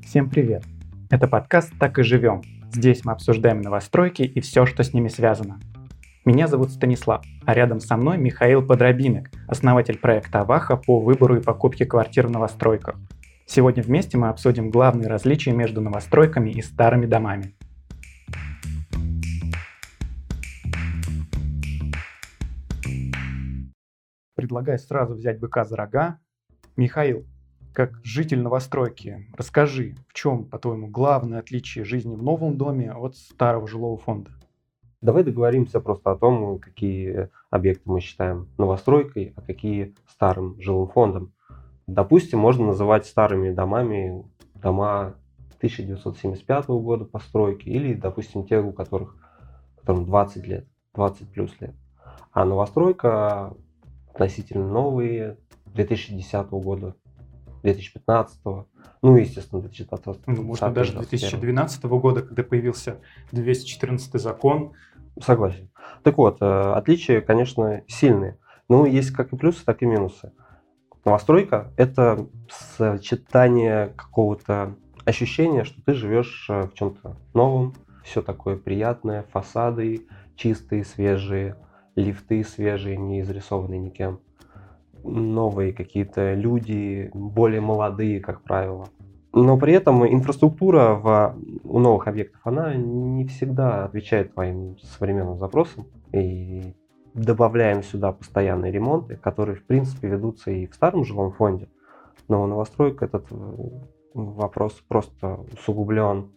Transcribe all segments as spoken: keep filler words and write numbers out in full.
Всем привет! Это подкаст «Так и живем». Здесь мы обсуждаем новостройки и все, что с ними связано. Меня зовут Станислав, а рядом со мной Михаил Подробинок, основатель проекта Аваха по выбору и покупке квартир в новостройках. Сегодня вместе мы обсудим главные различия между новостройками и старыми домами. Предлагаю сразу взять быка за рога. Михаил, как житель новостройки, расскажи, в чем, по-твоему, главное отличие жизни в новом доме от старого жилого фонда? Давай договоримся просто о том, какие объекты мы считаем новостройкой, а какие старым жилым фондом. Допустим, можно называть старыми домами дома тысяча девятьсот семьдесят пятого года постройки или, допустим, те, у которых которым двадцать лет, двадцать плюс лет. А новостройка относительно новые две тысячи десятого года, две тысячи пятнадцатого, ну и, естественно, две тысячи двадцатого. Ну, можно даже две тысячи двенадцатого года, когда появился двести четырнадцатый закон. Согласен. Так вот, отличия, конечно, сильные. Но есть как и плюсы, так и минусы. Новостройка – это сочетание какого-то ощущения, что ты живешь в чем-то новом, все такое приятное, фасады чистые, свежие, лифты свежие, не изрисованные никем, новые какие-то люди, более молодые, как правило. Но при этом инфраструктура в, у новых объектов, она не всегда отвечает твоим современным запросам. И добавляем сюда постоянные ремонты, которые, в принципе, ведутся и в старом жилом фонде. Но у новостроек этот вопрос просто усугублен.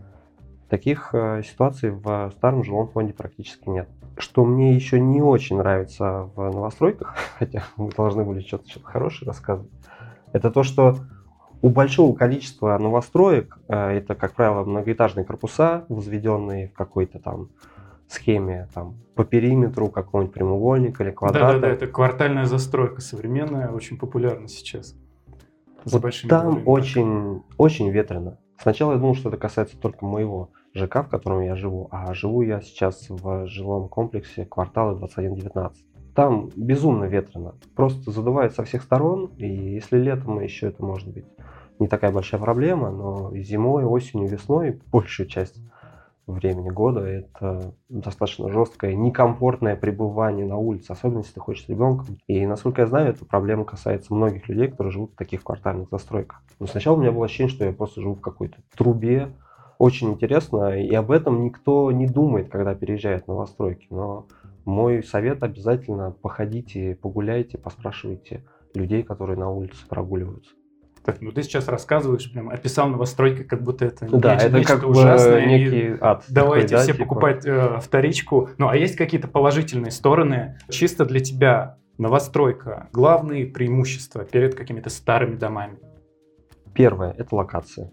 Таких ситуаций в старом жилом фонде практически нет. Что мне еще не очень нравится в новостройках, хотя мы должны были что-то, что-то хорошее рассказывать, это то, что у большого количества новостроек, это, как правило, многоэтажные корпуса, возведенные в какой-то там схеме там, по периметру какого-нибудь прямоугольника или квадрата. Да-да-да, это квартальная застройка современная, очень популярна сейчас. Вот там очень, очень ветрено. Сначала я думал, что это касается только моего ЖК, в котором я живу, а живу я сейчас в жилом комплексе квартала двадцать один девятнадцать. Там безумно ветрено, просто задувает со всех сторон, и если летом еще это может быть не такая большая проблема, но зимой, осенью, весной большую часть времени года это достаточно жесткое, некомфортное пребывание на улице, особенно если ты хочешь с ребенком. И, насколько я знаю, эта проблема касается многих людей, которые живут в таких квартальных застройках. Но сначала у меня было ощущение, что я просто живу в какой-то трубе. Очень интересно, и об этом никто не думает, когда переезжает в новостройки. Но мой совет: обязательно походите, погуляйте, поспрашивайте людей, которые на улице прогуливаются. Так, ну ты сейчас рассказываешь, прям описал новостройки, как будто это да, нечто, это нечто как ужасное. Некий ад. Давайте такой, все да, типа... покупать э, вторичку. Ну а есть какие-то положительные стороны? Чисто для тебя новостройка. Главные преимущества перед какими-то старыми домами? Первое – это локация.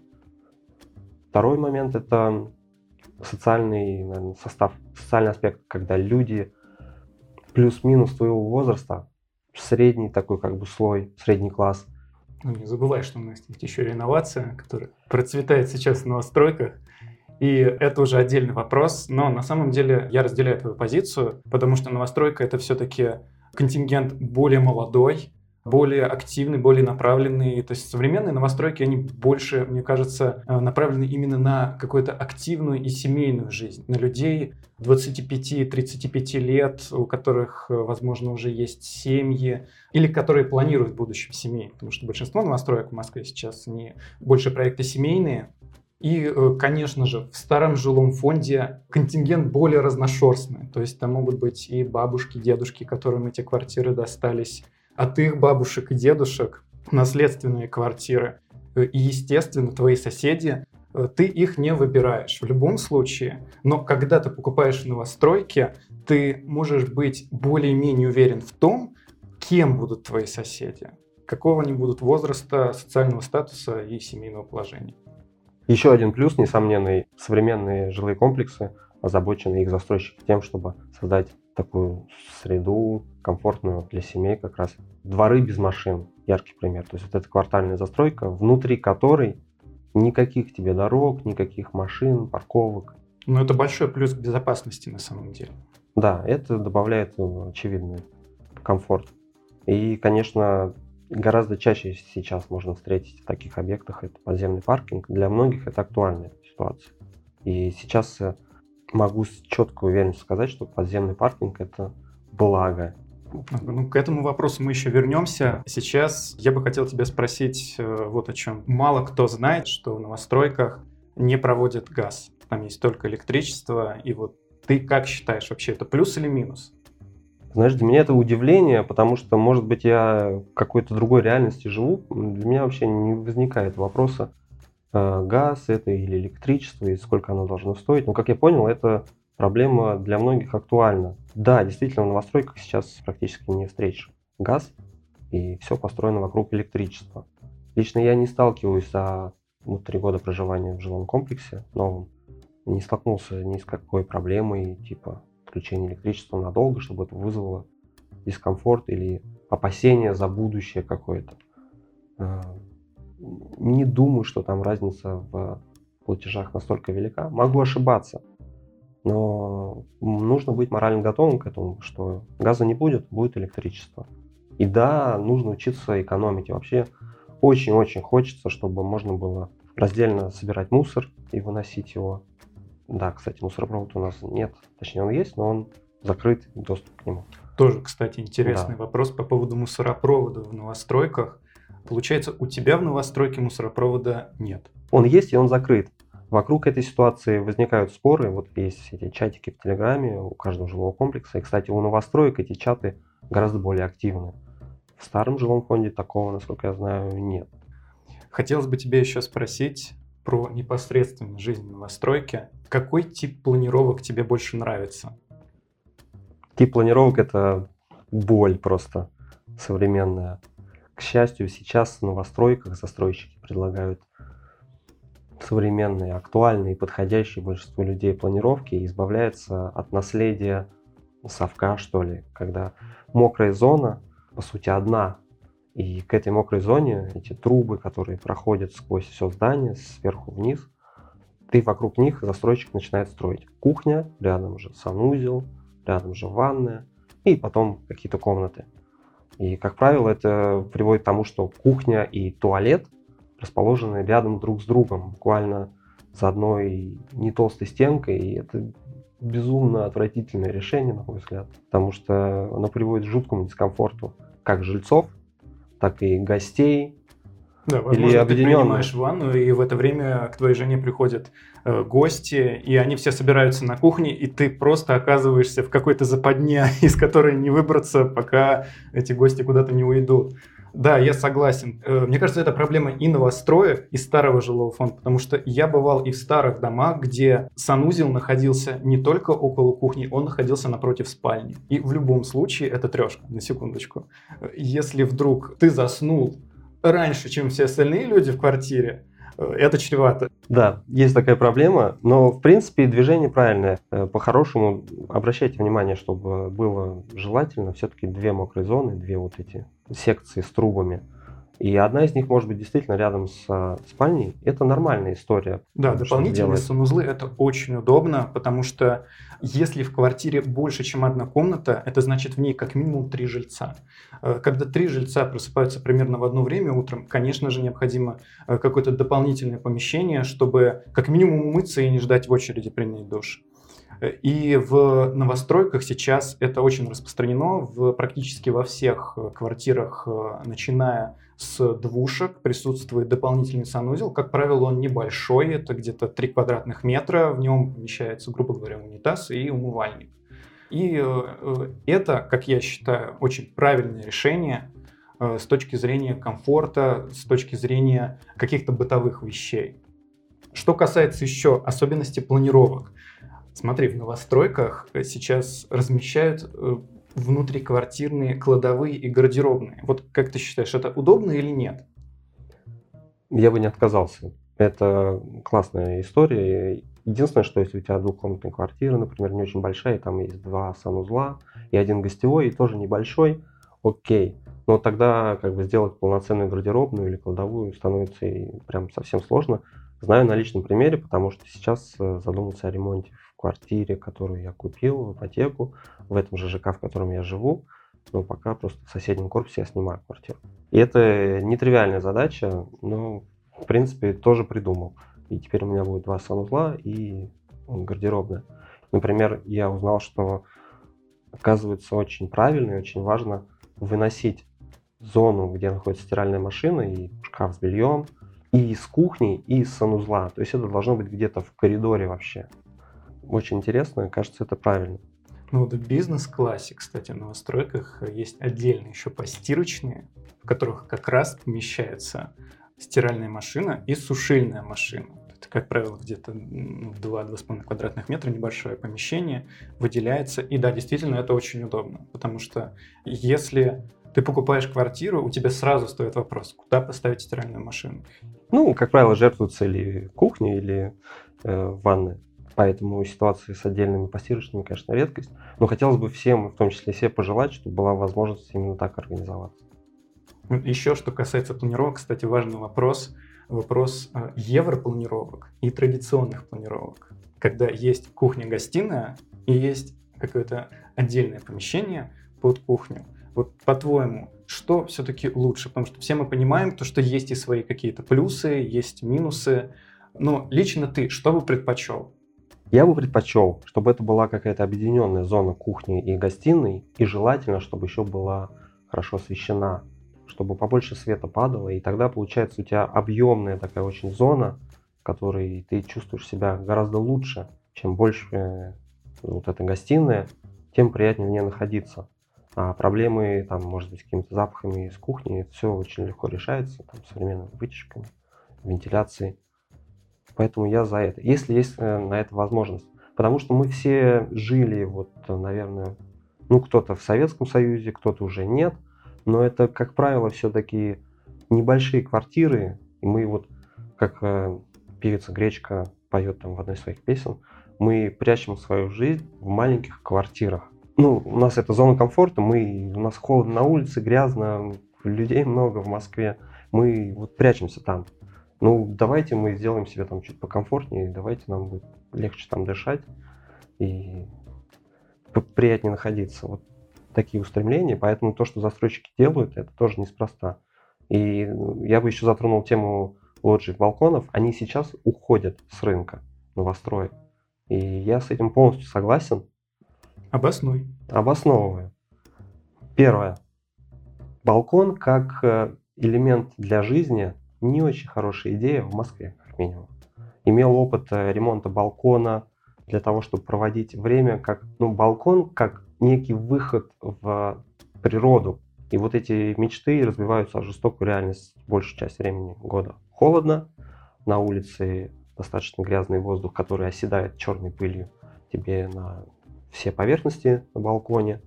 Второй момент – это социальный, наверное, состав, социальный аспект, когда люди плюс-минус твоего возраста, средний такой как бы слой, средний класс. Ну, не забывай, что у нас есть еще реновация, которая процветает сейчас в новостройках. И это уже отдельный вопрос. Но на самом деле я разделяю твою позицию, потому что новостройка — это все-таки контингент более молодой, более активный, более направленный. То есть современные новостройки, они больше, мне кажется, направлены именно на какую-то активную и семейную жизнь, на людей двадцати пяти тридцати пяти лет, у которых, возможно, уже есть семьи, или которые планируют в будущем семьи. Потому что большинство новостроек в Москве сейчас не больше проекты семейные. И, конечно же, в старом жилом фонде контингент более разношерстный. То есть там могут быть и бабушки, дедушки, которым эти квартиры достались от их бабушек и дедушек, наследственные квартиры. И, естественно, твои соседи, ты их не выбираешь в любом случае. Но когда ты покупаешь в новостройке, ты можешь быть более-менее уверен в том, кем будут твои соседи, какого они будут возраста, социального статуса и семейного положения. Еще один плюс, несомненный: современные жилые комплексы озабочены, их застройщики, тем, чтобы создать такую среду комфортную для семей как раз. Дворы без машин, яркий пример. То есть вот эта квартальная застройка, внутри которой никаких тебе дорог, никаких машин, парковок. Ну, это большой плюс к безопасности на самом деле. Да, это добавляет очевидный комфорт. И, конечно, гораздо чаще сейчас можно встретить в таких объектах это подземный паркинг. Для многих это актуальная ситуация. И сейчас могу с четкой уверенностью сказать, что подземный паркинг – это благо. Ну, к этому вопросу мы еще вернемся. Сейчас я бы хотел тебя спросить э, вот о чем. Мало кто знает, что в новостройках не проводят газ. Там есть только электричество. И вот ты как считаешь, вообще это плюс или минус? Знаешь, для меня это удивление, потому что, может быть, я в какой-то другой реальности живу. Для меня вообще не возникает вопроса, э, газ это или электричество, и сколько оно должно стоить. Но, как я понял, это проблема для многих актуальна. Да, действительно, в новостройках сейчас практически не встретишь газ, и все построено вокруг электричества. Лично я не сталкиваюсь за ну, три года проживания в жилом комплексе новом, не столкнулся ни с какой проблемой, типа отключения электричества надолго, чтобы это вызвало дискомфорт или опасения за будущее какое-то. Не думаю, что там разница в платежах настолько велика. Могу ошибаться, но нужно быть морально готовым к этому, что газа не будет, будет электричество. И да, нужно учиться экономить. И вообще очень-очень хочется, чтобы можно было раздельно собирать мусор и выносить его. Да, кстати, мусоропровода у нас нет. Точнее, он есть, но он закрыт, доступ к нему. Тоже, кстати, интересный Да. вопрос по поводу мусоропровода в новостройках. Получается, у тебя в новостройке мусоропровода нет? Он есть, и он закрыт. Вокруг этой ситуации возникают споры. Вот есть эти чатики в Телеграме у каждого жилого комплекса. И, кстати, у новостроек эти чаты гораздо более активны. В старом жилом фонде такого, насколько я знаю, нет. Хотелось бы тебя еще спросить про непосредственно жизнь в новостройке. Какой тип планировок тебе больше нравится? Тип планировок – это боль просто современная. К счастью, сейчас в новостройках застройщики предлагают современные, актуальные, подходящие большинству людей планировки и избавляются от наследия совка, что ли, когда мокрая зона, по сути, одна. И к этой мокрой зоне эти трубы, которые проходят сквозь все здание, сверху вниз, ты вокруг них, застройщик начинает строить. Кухня, рядом же санузел, рядом же ванная и потом какие-то комнаты. И, как правило, это приводит к тому, что кухня и туалет расположены рядом друг с другом, буквально за одной не толстой стенкой, и это безумно отвратительное решение, на мой взгляд, потому что оно приводит к жуткому дискомфорту как жильцов, так и гостей. Да, возможно, ты принимаешь ванну, и в это время к твоей жене приходят э, гости, и они все собираются на кухне, и ты просто оказываешься в какой-то западне, из которой не выбраться, пока эти гости куда-то не уйдут. Да, я согласен. Э, мне кажется, это проблема и новостроек, и старого жилого фонда, потому что я бывал и в старых домах, где санузел находился не только около кухни, он находился напротив спальни. И в любом случае это трешка, на секундочку. Если вдруг ты заснул раньше, чем все остальные люди в квартире, это чревато. Да, есть такая проблема, но в принципе движение правильное. По-хорошему обращайте внимание, чтобы было желательно все-таки две мокрые зоны, две вот эти секции с трубами. И одна из них может быть действительно рядом с спальней. Это нормальная история. Да, дополнительные санузлы – это очень удобно, потому что если в квартире больше, чем одна комната, это значит в ней как минимум три жильца. Когда три жильца просыпаются примерно в одно время утром, конечно же, необходимо какое-то дополнительное помещение, чтобы как минимум умыться и не ждать в очереди принять душ. И в новостройках сейчас это очень распространено. В, практически во всех квартирах, начиная с двушек, присутствует дополнительный санузел. Как правило, он небольшой, это где-то три квадратных метра. В нем помещается, грубо говоря, унитаз и умывальник. И это, как я считаю, очень правильное решение с точки зрения комфорта, с точки зрения каких-то бытовых вещей. Что касается еще особенностей планировок. Смотри, в новостройках сейчас размещают внутриквартирные кладовые и гардеробные. Вот как ты считаешь, это удобно или нет? Я бы не отказался. Это классная история. Единственное, что если у тебя двухкомнатная квартира, например, не очень большая, и там есть два санузла и один гостевой, и тоже небольшой, окей. Но тогда как бы сделать полноценную гардеробную или кладовую становится и прям совсем сложно. Знаю на личном примере, потому что сейчас задумался о ремонте в квартире, которую я купил в ипотеку, в этом же ЖК, в котором я живу. но пока просто в соседнем корпусе я снимаю квартиру. И это нетривиальная задача, но, в принципе, тоже придумал. И теперь у меня будет два санузла и гардеробная. Например, я узнал, что, оказывается, очень правильно и очень важно выносить зону, где находится стиральная машина и шкаф с бельем, и из кухни, и из санузла. То есть это должно быть где-то в коридоре вообще. Очень интересно, кажется, это правильно. Ну вот в бизнес-классе, кстати, в новостройках есть отдельные еще постирочные, в которых как раз помещается стиральная машина и сушильная машина. Это, как правило, где-то два-два с половиной квадратных метра, небольшое помещение выделяется. И да, действительно, это очень удобно, потому что если ты покупаешь квартиру, у тебя сразу стоит вопрос, куда поставить стиральную машину. Ну, как правило, жертвуются или кухня, или э, ванная. Поэтому ситуации с отдельными постирочными, конечно, редкость. Но хотелось бы всем, в том числе себе, пожелать, чтобы была возможность именно так организоваться. Еще что касается планировок, кстати, важный вопрос. Вопрос европланировок и традиционных планировок. Когда есть кухня-гостиная и есть какое-то отдельное помещение под кухню. Вот по-твоему, что все-таки лучше? Потому что все мы понимаем, то, что есть и свои какие-то плюсы, есть минусы. Но лично ты что бы предпочел? Я бы предпочел, чтобы это была какая-то объединенная зона кухни и гостиной, и желательно, чтобы еще была хорошо освещена, чтобы побольше света падало, и тогда получается у тебя объемная такая очень зона, в которой ты чувствуешь себя гораздо лучше. Чем больше вот эта гостиная, тем приятнее в ней находиться. А проблемы, там, может быть, с какими-то запахами из кухни, это все очень легко решается, там, современными вытяжками, вентиляцией. Поэтому я за это, если есть на это возможность. Потому что мы все жили, вот, наверное, ну, кто-то в Советском Союзе, кто-то уже нет, но это, как правило, все-таки небольшие квартиры, и мы вот, как э, певица Гречка поет там в одной из своих песен, мы прячем свою жизнь в маленьких квартирах. Ну, у нас это зона комфорта, мы, у нас холодно на улице, грязно, людей много в Москве, мы вот прячемся там. Ну, давайте мы сделаем себе там чуть покомфортнее, давайте нам будет легче там дышать и приятнее находиться. Вот такие устремления, поэтому то, что застройщики делают, это тоже неспроста. И я бы еще затронул тему лоджий балконов. Они сейчас уходят с рынка новостроек. И я с этим полностью согласен. Обоснуй. Обосновываю. Первое. Балкон как элемент для жизни не очень хорошая идея в Москве, как минимум. Имел опыт ремонта балкона для того, чтобы проводить время, как, ну, балкон как некий выход в природу. И вот эти мечты разбиваются о жестокую реальность большую часть времени года. Холодно, на улице достаточно грязный воздух, который оседает черной пылью тебе на все поверхности на балконе.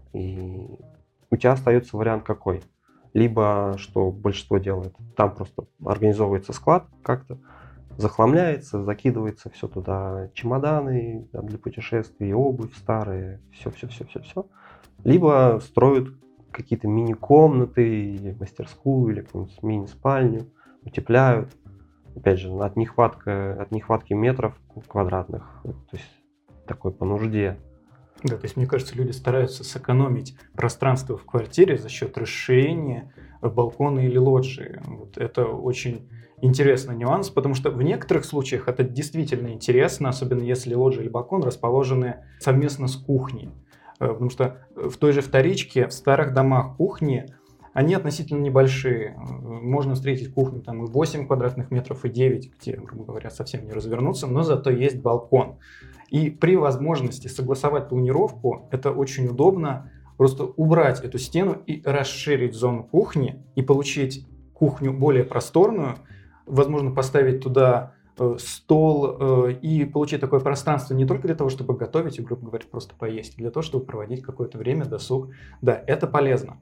И у тебя остается вариант какой? Либо, что большинство делает, там просто организовывается склад как-то, захламляется, закидывается все туда, чемоданы для путешествий, обувь старые, все-все-все-все-все. Либо строят какие-то мини-комнаты, или мастерскую, или какую-нибудь мини-спальню, утепляют. Опять же, от нехватка, от нехватки метров квадратных, то есть такой по нужде. Да, то есть, мне кажется, люди стараются сэкономить пространство в квартире за счет расширения балкона или лоджии. Вот это очень интересный нюанс, потому что в некоторых случаях это действительно интересно, особенно если лоджия или балкон расположены совместно с кухней. Потому что в той же вторичке, в старых домах кухни, они относительно небольшие. Можно встретить кухню там и восемь квадратных метров, и девять, где, грубо говоря, совсем не развернуться, но зато есть балкон. И при возможности согласовать планировку, это очень удобно, просто убрать эту стену и расширить зону кухни, и получить кухню более просторную, возможно, поставить туда э, стол э, и получить такое пространство не только для того, чтобы готовить и, грубо говоря, просто поесть, а для того, чтобы проводить какое-то время, досуг. Да, это полезно.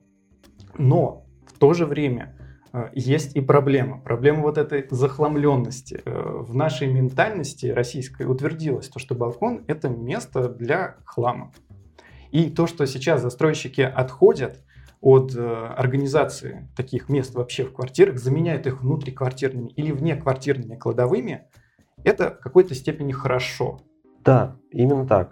Но в то же время э, есть и проблема. Проблема вот этой захламленности. Э, в нашей ментальности российской утвердилось то, что балкон – это место для хлама. И то, что сейчас застройщики отходят от э, организации таких мест вообще в квартирах, заменяют их внутриквартирными или внеквартирными кладовыми, это в какой-то степени хорошо. Да, именно так.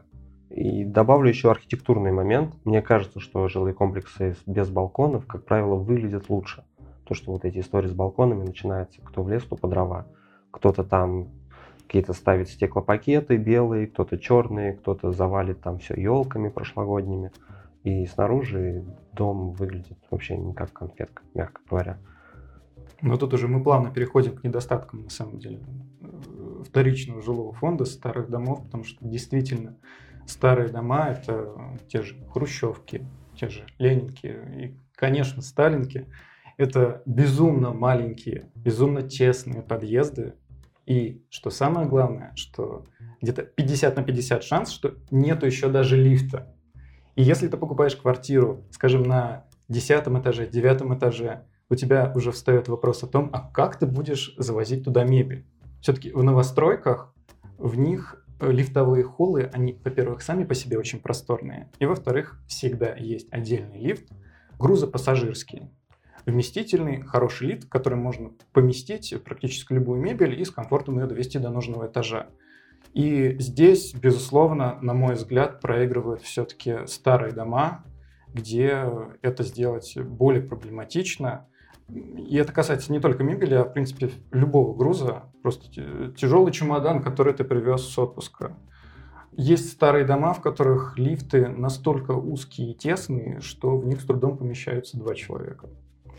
И добавлю еще архитектурный момент. Мне кажется, что жилые комплексы без балконов, как правило, выглядят лучше. То, что вот эти истории с балконами начинаются, кто в лес, кто по дрова. Кто-то там какие-то ставит стеклопакеты белые, кто-то черные, кто-то завалит там все елками прошлогодними. И снаружи дом выглядит вообще не как конфетка, мягко говоря. Но тут уже мы плавно переходим к недостаткам, на самом деле, вторичного жилого фонда старых домов, потому что действительно старые дома — это те же хрущевки, те же ленинки и, конечно, сталинки. Это безумно маленькие, безумно тесные подъезды. И, что самое главное, что где-то пятьдесят на пятьдесят шанс, что нету еще даже лифта. И если ты покупаешь квартиру, скажем, на десятом этаже, девятом этаже, у тебя уже встает вопрос о том, а как ты будешь завозить туда мебель. Все-таки в новостройках в них лифтовые холлы, они, во-первых, сами по себе очень просторные, и, во-вторых, всегда есть отдельный лифт, грузопассажирский. Вместительный, хороший лифт, в который можно поместить практически любую мебель и с комфортом ее довести до нужного этажа. И здесь, безусловно, на мой взгляд, проигрывают все-таки старые дома, где это сделать более проблематично. И это касается не только мебели, а, в принципе, любого груза. Просто тяжелый чемодан, который ты привез с отпуска. Есть старые дома, в которых лифты настолько узкие и тесные, что в них с трудом помещаются два человека.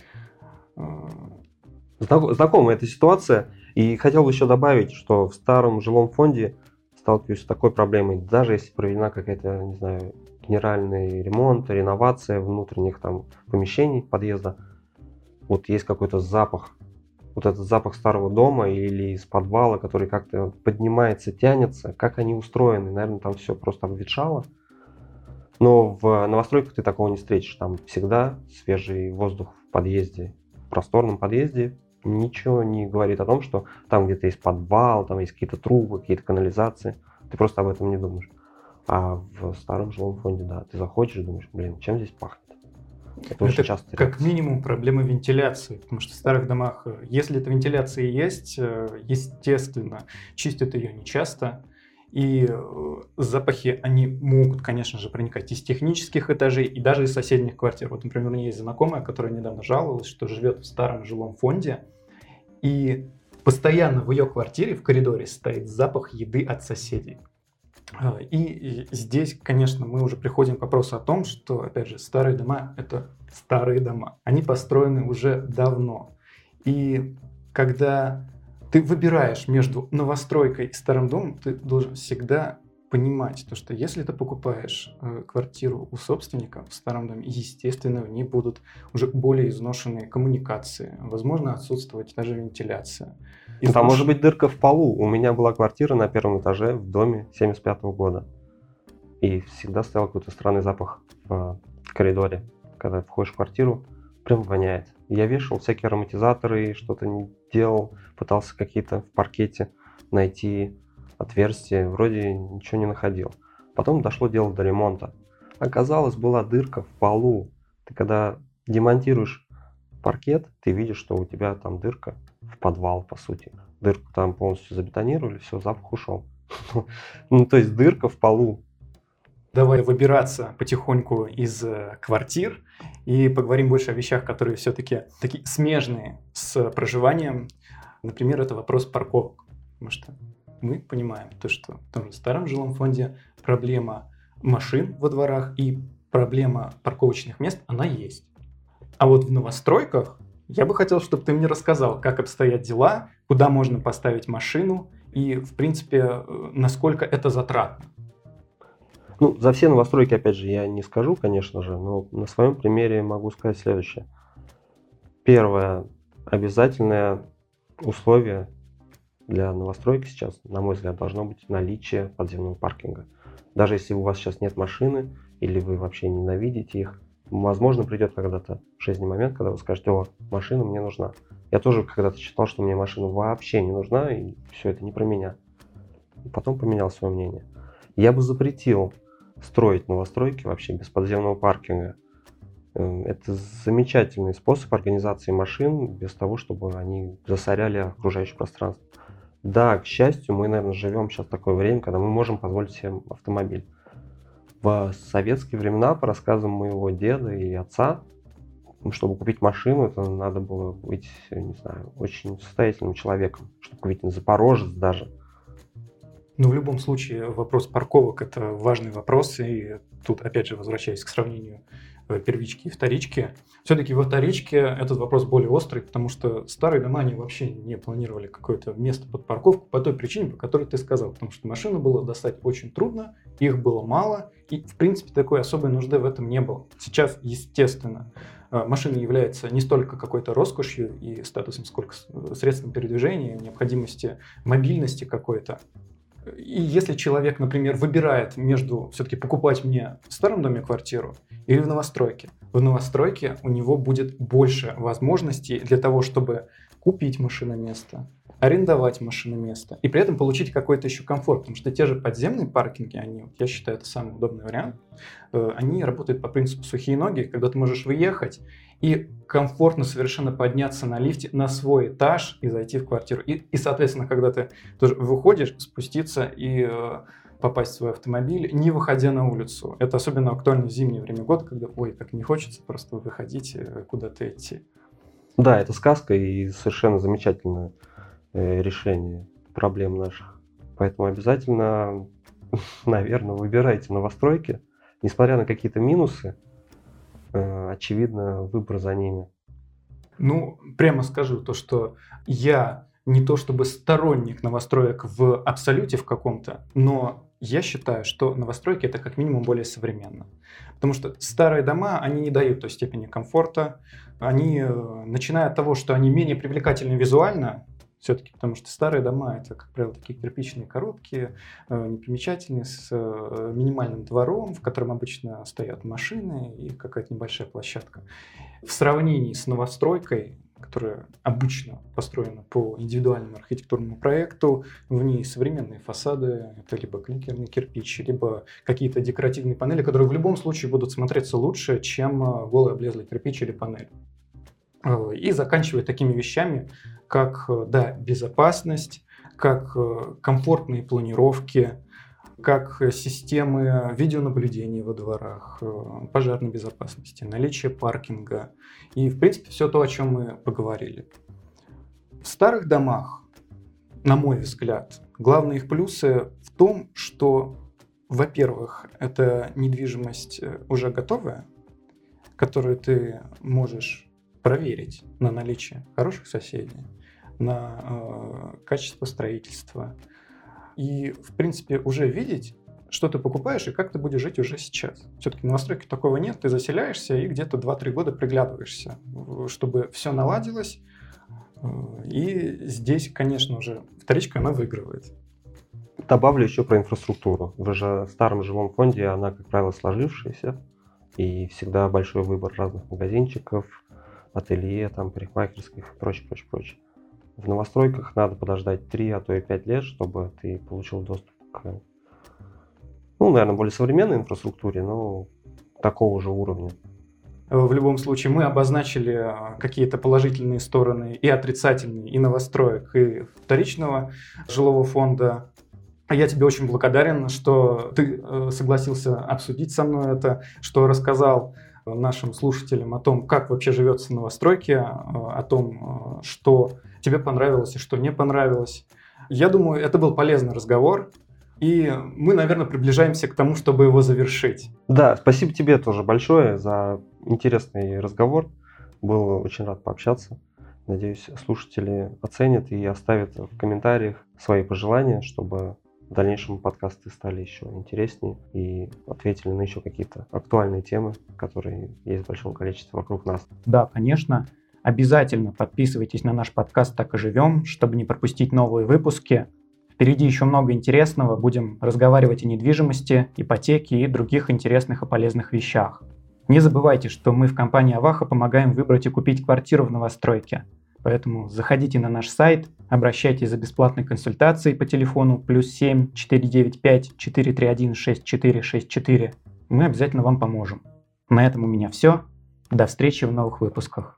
Знакомая эта ситуация. И хотел бы еще добавить, что в старом жилом фонде сталкиваюсь с такой проблемой. Даже если проведена какая-то, не знаю, генеральный ремонт, реновация внутренних там помещений подъезда, вот есть какой-то запах, вот этот запах старого дома или из подвала, который как-то поднимается, тянется, как они устроены, наверное, там все просто обветшало. Но в новостройках ты такого не встретишь, там всегда свежий воздух в подъезде, в просторном подъезде. Ничего не говорит о том, что там где-то есть подвал, там есть какие-то трубы, какие-то канализации. Ты просто об этом не думаешь. А в старом жилом фонде, да, ты заходишь и думаешь, блин, чем здесь пахнет? Это, это часто как минимум проблема вентиляции, потому что в старых домах, если эта вентиляция есть, естественно, чистят ее нечасто, и запахи, они могут, конечно же, проникать из технических этажей и даже из соседних квартир. Вот, например, у меня есть знакомая, которая недавно жаловалась, что живет в старом жилом фонде, и постоянно в ее квартире, в коридоре, стоит запах еды от соседей. И здесь, конечно, мы уже приходим к вопросу о том, что, опять же, старые дома — это старые дома. Они построены уже давно. И когда ты выбираешь между новостройкой и старым домом, ты должен всегда понимать, то, что если ты покупаешь э, квартиру у собственника в старом доме, естественно, в ней будут уже более изношенные коммуникации, возможно, отсутствовать даже вентиляция. Изнош... Там может быть дырка в полу. У меня была квартира на первом этаже в доме семьдесят пятого года. И всегда стоял какой-то странный запах в коридоре. Когда входишь в квартиру, прям воняет. Я вешал всякие ароматизаторы, что-то не делал, пытался какие-то в паркете найти отверстие, вроде ничего не находил. Потом дошло дело до ремонта. Оказалось, была дырка в полу. Ты когда демонтируешь паркет, ты видишь, что у тебя там дырка в подвал, по сути. Дырку там полностью забетонировали, все, запах ушел. Ну, то есть дырка в полу. Давай выбираться потихоньку из квартир и поговорим больше о вещах, которые все-таки такие смежные с проживанием. Например, это вопрос парковок. Потому что мы понимаем, то, что в том же старом жилом фонде проблема машин во дворах и проблема парковочных мест, она есть. А вот в новостройках я бы хотел, чтобы ты мне рассказал, как обстоят дела, куда можно поставить машину и, в принципе, насколько это затратно. Ну, за все новостройки, опять же, я не скажу, конечно же, но на своем примере могу сказать следующее. Первое обязательное условие для новостройки сейчас, на мой взгляд, должно быть наличие подземного паркинга. Даже если у вас сейчас нет машины или вы вообще ненавидите их, возможно, придет когда-то в жизни момент, когда вы скажете: о, машина мне нужна. Я тоже когда-то считал, что мне машина вообще не нужна, и все это не про меня. Потом поменял свое мнение. Я бы запретил строить новостройки вообще без подземного паркинга. Это замечательный способ организации машин без того, чтобы они засоряли окружающее пространство. Да, к счастью, мы, наверное, живем сейчас в такое время, когда мы можем позволить себе автомобиль. В советские времена, по рассказам моего деда и отца, чтобы купить машину, это надо было быть, не знаю, очень состоятельным человеком, чтобы купить на Запорожец даже. Ну, в любом случае, вопрос парковок – это важный вопрос, и тут, опять же, возвращаясь к сравнению первички и вторички, все-таки во вторичке этот вопрос более острый, потому что старые дома, они вообще не планировали какое-то место под парковку по той причине, по которой ты сказал, потому что машину было достать очень трудно, их было мало, и, в принципе, такой особой нужды в этом не было. Сейчас, естественно, машина является не столько какой-то роскошью и статусом, сколько средством передвижения, необходимости мобильности какой-то. И если человек, например, выбирает между все-таки покупать мне в старом доме квартиру или в новостройке, в новостройке у него будет больше возможностей для того, чтобы купить машиноместо, арендовать машиноместо и при этом получить какой-то еще комфорт, потому что те же подземные паркинги, они, я считаю, это самый удобный вариант, они работают по принципу сухие ноги, когда ты можешь выехать и комфортно совершенно подняться на лифте на свой этаж и зайти в квартиру. И, и соответственно, когда ты тоже выходишь, спуститься и э, попасть в свой автомобиль, не выходя на улицу. Это особенно актуально в зимнее время года, когда, ой, как не хочется просто выходить, э, куда-то идти. Да, это сказка и совершенно замечательное э, решение проблем наших. Поэтому обязательно, наверное, выбирайте новостройки, несмотря на какие-то минусы. Очевидно, выбор за ними. Ну, прямо скажу, то, что я не то чтобы сторонник новостроек в абсолюте в каком-то, но я считаю, что новостройки это как минимум более современно. Потому что старые дома, они не дают той степени комфорта, они, начиная от того, что они менее привлекательны визуально, все-таки, потому что старые дома это, как правило, такие кирпичные коробки, э, непримечательные, с э, минимальным двором, в котором обычно стоят машины и какая-то небольшая площадка. В сравнении с новостройкой, которая обычно построена по индивидуальному архитектурному проекту, в ней современные фасады, это либо клинкерный кирпич, либо какие-то декоративные панели, которые в любом случае будут смотреться лучше, чем голый облезлый кирпич или панель. И заканчивая такими вещами, как да, безопасность, как комфортные планировки, как системы видеонаблюдения во дворах, пожарной безопасности, наличие паркинга и, в принципе, все то, о чем мы поговорили. В старых домах, на мой взгляд, главные их плюсы в том, что, во-первых, это недвижимость уже готовая, которую ты можешь проверить на наличие хороших соседей, на э, качество строительства и, в принципе, уже видеть, что ты покупаешь и как ты будешь жить уже сейчас. Все-таки в новостройке такого нет, ты заселяешься и где-то два-три года приглядываешься, чтобы все наладилось. И здесь, конечно, уже вторичка, она выигрывает. Добавлю еще про инфраструктуру. В же старом жилом фонде она, как правило, сложившаяся, и всегда большой выбор разных магазинчиков, ателье, там, парикмахерских и прочее, прочее, прочее. В новостройках надо подождать три, а то и пять лет, чтобы ты получил доступ к, ну, наверное, более современной инфраструктуре, но такого же уровня. В любом случае, мы обозначили какие-то положительные стороны и отрицательные и новостроек, и вторичного жилого фонда. Я тебе очень благодарен, что ты согласился обсудить со мной это, что рассказал нашим слушателям о том, как вообще живется в новостройке, о том, что тебе понравилось и что не понравилось. Я думаю, это был полезный разговор, и мы, наверное, приближаемся к тому, чтобы его завершить. Да, спасибо тебе тоже большое за интересный разговор. Был очень рад пообщаться. Надеюсь, слушатели оценят и оставят в комментариях свои пожелания, чтобы в дальнейшем подкасты стали еще интереснее и ответили на еще какие-то актуальные темы, которые есть в большом количестве вокруг нас. Да, конечно. Обязательно подписывайтесь на наш подкаст «Так и живем», чтобы не пропустить новые выпуски. Впереди еще много интересного. Будем разговаривать о недвижимости, ипотеке и других интересных и полезных вещах. Не забывайте, что мы в компании Аваха помогаем выбрать и купить квартиру в новостройке. Поэтому заходите на наш сайт, обращайтесь за бесплатной консультацией по телефону плюс семь четыре девять пять четыре три один шесть четыре шесть четыре. Мы обязательно вам поможем. На этом у меня все. До встречи в новых выпусках.